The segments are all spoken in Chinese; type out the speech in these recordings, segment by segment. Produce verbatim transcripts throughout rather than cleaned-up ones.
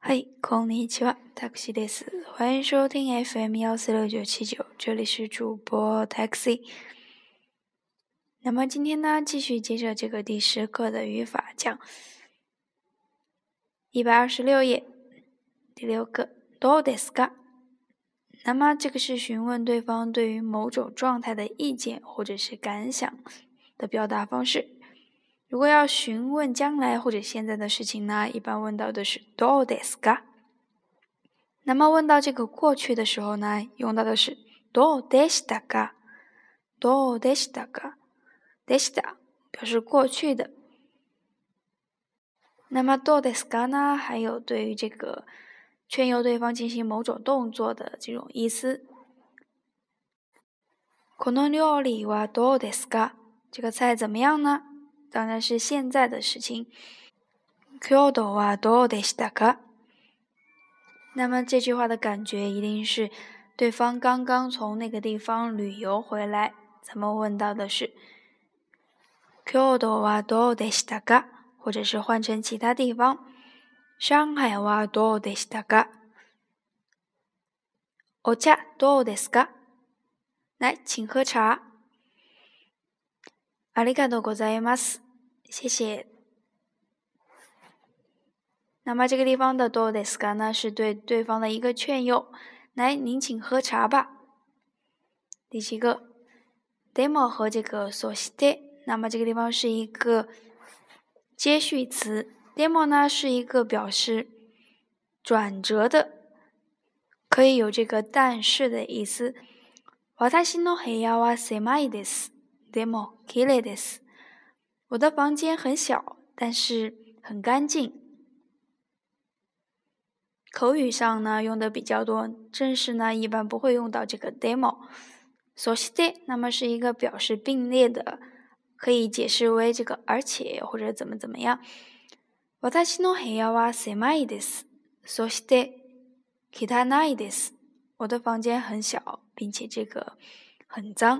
嗨，こんにちは，taxiです。欢迎收听 F M 幺四六九七九，这里是主播 taxi。那么今天呢，继续接着这个第十课的语法讲一百二十六页第六个どうですか？那么这个是询问对方对于某种状态的意见或者是感想的表达方式。如果要询问将来或者现在的事情呢，一般问到的是どうですか？那么问到这个过去的时候呢，用到的是どうでしたか？どうでしたか？でした表示过去的。那么どうですか呢，还有对于这个劝诱对方进行某种动作的这种意思。この料理はどうですか？这个菜怎么样呢？当然是现在的事情。今日はどうでしたか？那么这句话的感觉一定是对方刚刚从那个地方旅游回来，咱们问到的是京都はどうでしたか？或者是换成其他地方，上海はどうでしたか？お茶どうですか？来，请喝茶。ありがとうございます。谢谢。那么这个地方的どうですか呢，是对对方的一个劝诱。来，您请喝茶吧。第七个でも和这个そして，那么这个地方是一个接续词。でも呢是一个表示转折的，可以有这个但是的意思。私の部屋は狭いです。でも綺麗です。我的房间很小，但是很干净。口语上呢用的比较多，正式呢一般不会用到这个 demo。そして那么是一个表示并列的，可以解释为这个而且或者怎么怎么样。私の部屋は狭いです。そして汚いです。我的房间很小，并且这个很脏。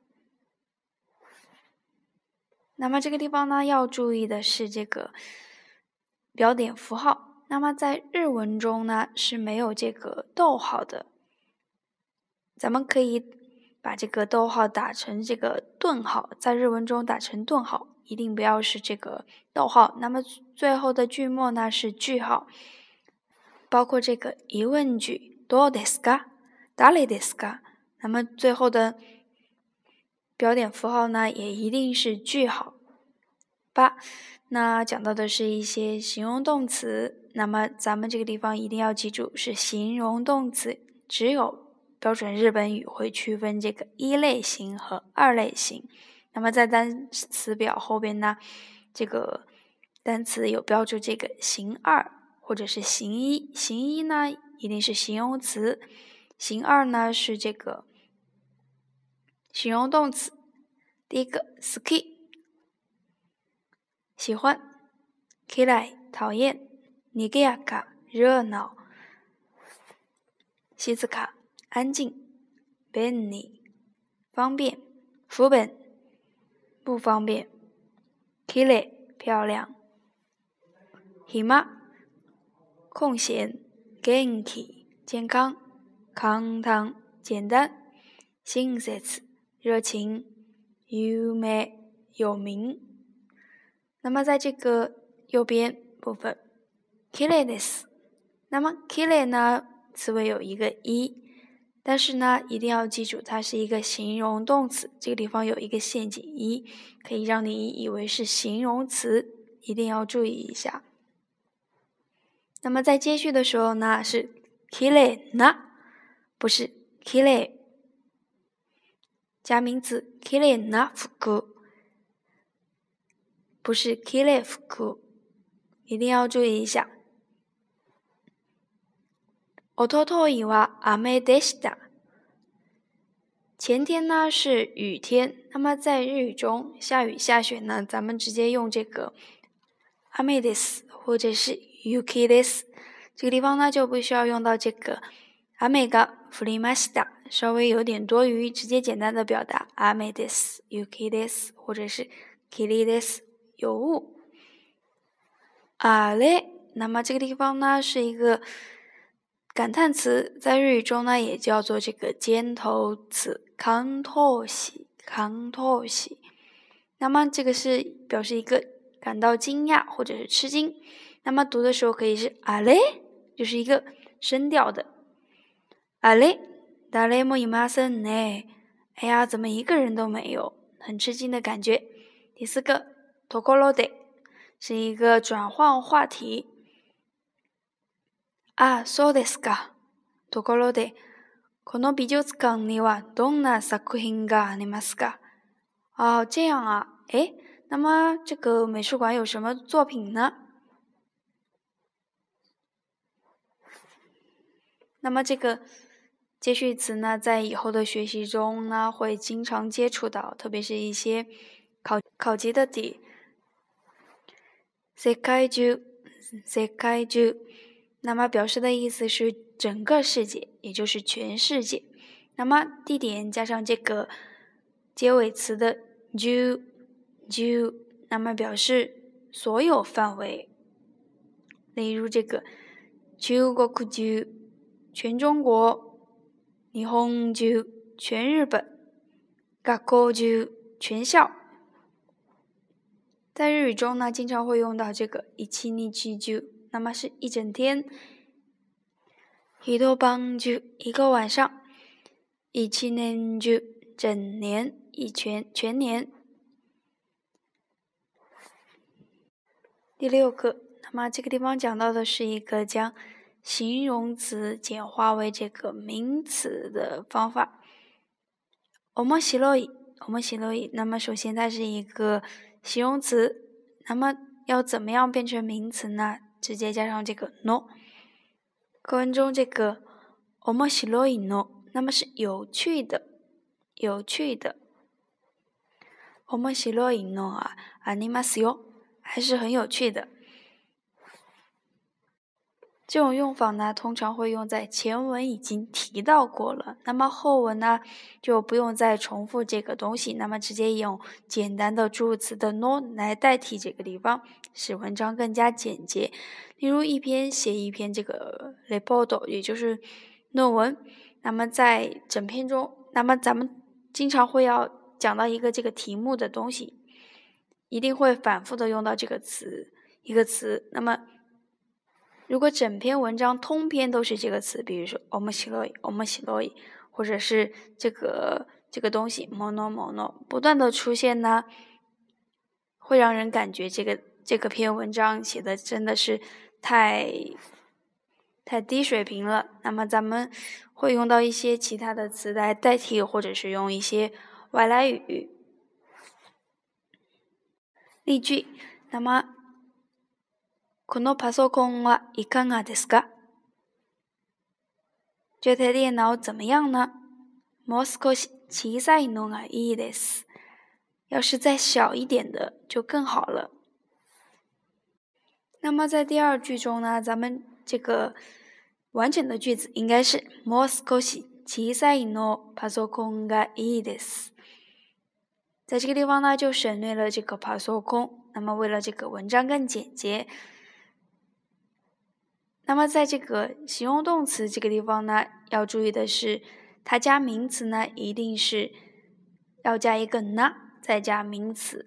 那么这个地方呢要注意的是这个标点符号。那么在日文中呢是没有这个逗号的，咱们可以把这个逗号打成这个顿号，在日文中打成顿号，一定不要是这个逗号。那么最后的句末呢是句号，包括这个疑问句どうですか？誰ですか？那么最后的标点符号呢也一定是句号。八，那讲到的是一些形容动词，那么咱们这个地方一定要记住是形容动词，只有标准日本语会区分这个一类型和二类型。那么在单词表后边呢，这个单词有标注这个形二或者是形一，形一呢一定是形容词，形二呢是这个形容动词。第一个好き喜欢，嫌い讨厌，賑やか热闹，静か安静，便利方便，不便不方便，綺麗漂亮，暇空闲，元気健康，簡単简单，親切热情，有名有名。那么在这个右边部分綺麗です。那么綺麗呢词尾有一个一，但是呢一定要记住它是一个形容动词，这个地方有一个陷阱一，可以让你以为是形容词，一定要注意一下。那么在接续的时候呢是綺麗な，不是綺麗。加名词綺麗な服，不是綺麗服，一定要注意一下。おとといは雨でした。前天呢是雨天，那么在日语中下雨下雪呢，咱们直接用这个雨です或者是雪です。这个地方呢就不需要用到这个雨が降りました，稍微有点多余，直接简单的表達雨です、雪です，或者是霧です。有雾。あれ那么这个地方呢是一个感叹词，在日语中呢也叫做这个尖头词康托西康托西。那么这个是表示一个感到惊讶或者是吃惊。那么读的时候可以是あれ，就是一个声调的あれ誰もいませんね。哎呀，怎么一个人都没有？很吃惊的感觉。第四个ところで是一个转换话题。あ、そうですか。ところで、この美術館にはどんな作品がありますか？哦，这样啊，诶，那么这个美术馆有什么作品呢？那么这个接续词呢，在以后的学习中呢，会经常接触到，特别是一些考考级的题。世界中，世界中，那么表示的意思是整个世界，也就是全世界。那么地点加上这个结尾词的中，中，那么表示所有范围。例如这个中国中，全中国；日本中，全日本；学校中，全校。在日语中呢，经常会用到这个一日中，那么是一整天。一晩中，一个晚上；一年中，整年，一全全年。第六个，那么这个地方讲到的是一个将形容词简化为这个名词的方法。面白い，面白い。那么首先它是一个形容词，那么要怎么样变成名词呢？直接加上这个 no。课文中这个面白いの，那么是有趣的，有趣的。面白いのはありますよ，还是很有趣的。这种用法呢，通常会用在前文已经提到过了，那么后文呢，就不用再重复这个东西，那么直接用简单的助词的 no 来代替这个地方，使文章更加简洁。例如一篇写一篇这个 report， 也就是论文，那么在整篇中，那么咱们经常会要讲到一个这个题目的东西，一定会反复的用到这个词，一个词，那么如果整篇文章通篇都是这个词，比如说面白い、面白い，或者是这个这个东西ものもの不断的出现呢，会让人感觉这个这个篇文章写的真的是太太低水平了。那么咱们会用到一些其他的词来代替，或者是用一些外来语。例句，那么このパソコンはいかがですか？这台电脑怎么样呢？もう少し小さいのがいいです。要是再小一点的就更好了。那么在第二句中呢，咱们这个完整的句子应该是もう少し小さいのパソコンがいいです。在这个地方呢，就省略了这个パソコン。那么为了这个文章更简洁，那么在这个形容动词这个地方呢，要注意的是，它加名词呢，一定是要加一个な，再加名词。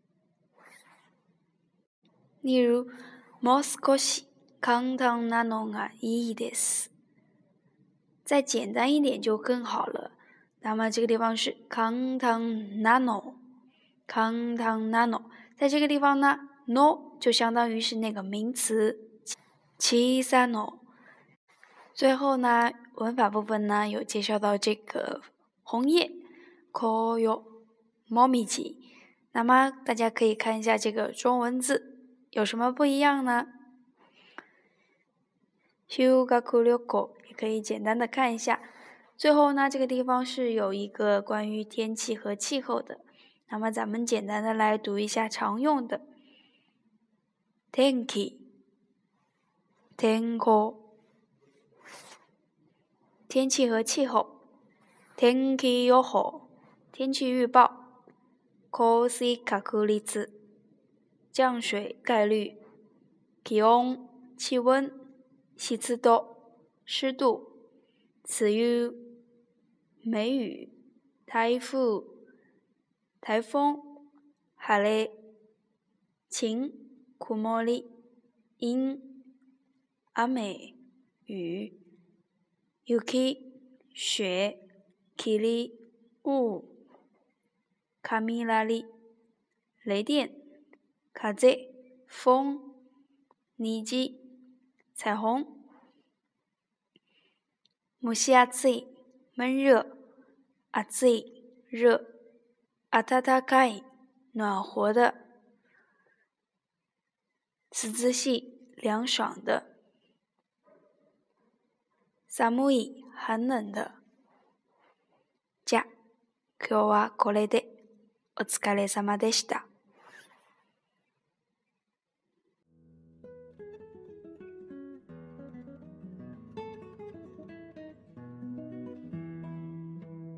例如、もう少し簡単なのがいいです。再简单一点就更好了。那么这个地方是簡単なの，簡単なの，在这个地方呢 ，no 就相当于是那个名词。小さの。最后呢，文法部分呢有介绍到这个红叶、紅葉、もみじ。那么大家可以看一下这个中文字有什么不一样呢？修学旅行也可以简单的看一下。最后呢，这个地方是有一个关于天气和气候的。那么咱们简单的来读一下常用的。天気。天候，天气和气候。天気予報，天气预报。降水確率，降水概率。気温， 气温、湿度、湿度、梅雨、梅雨、台風、台風、晴れ、晴、曇り、陰、雨、雨、雪、雪、霧、雾、雷、雷電、風、風、虹、彩虹。蒸し暑い、闷热、暑い、热、暖かい、暖和的、涼しい、凉爽的、寒い、寒冷的。じゃ、今日はこれでお疲れ様でした。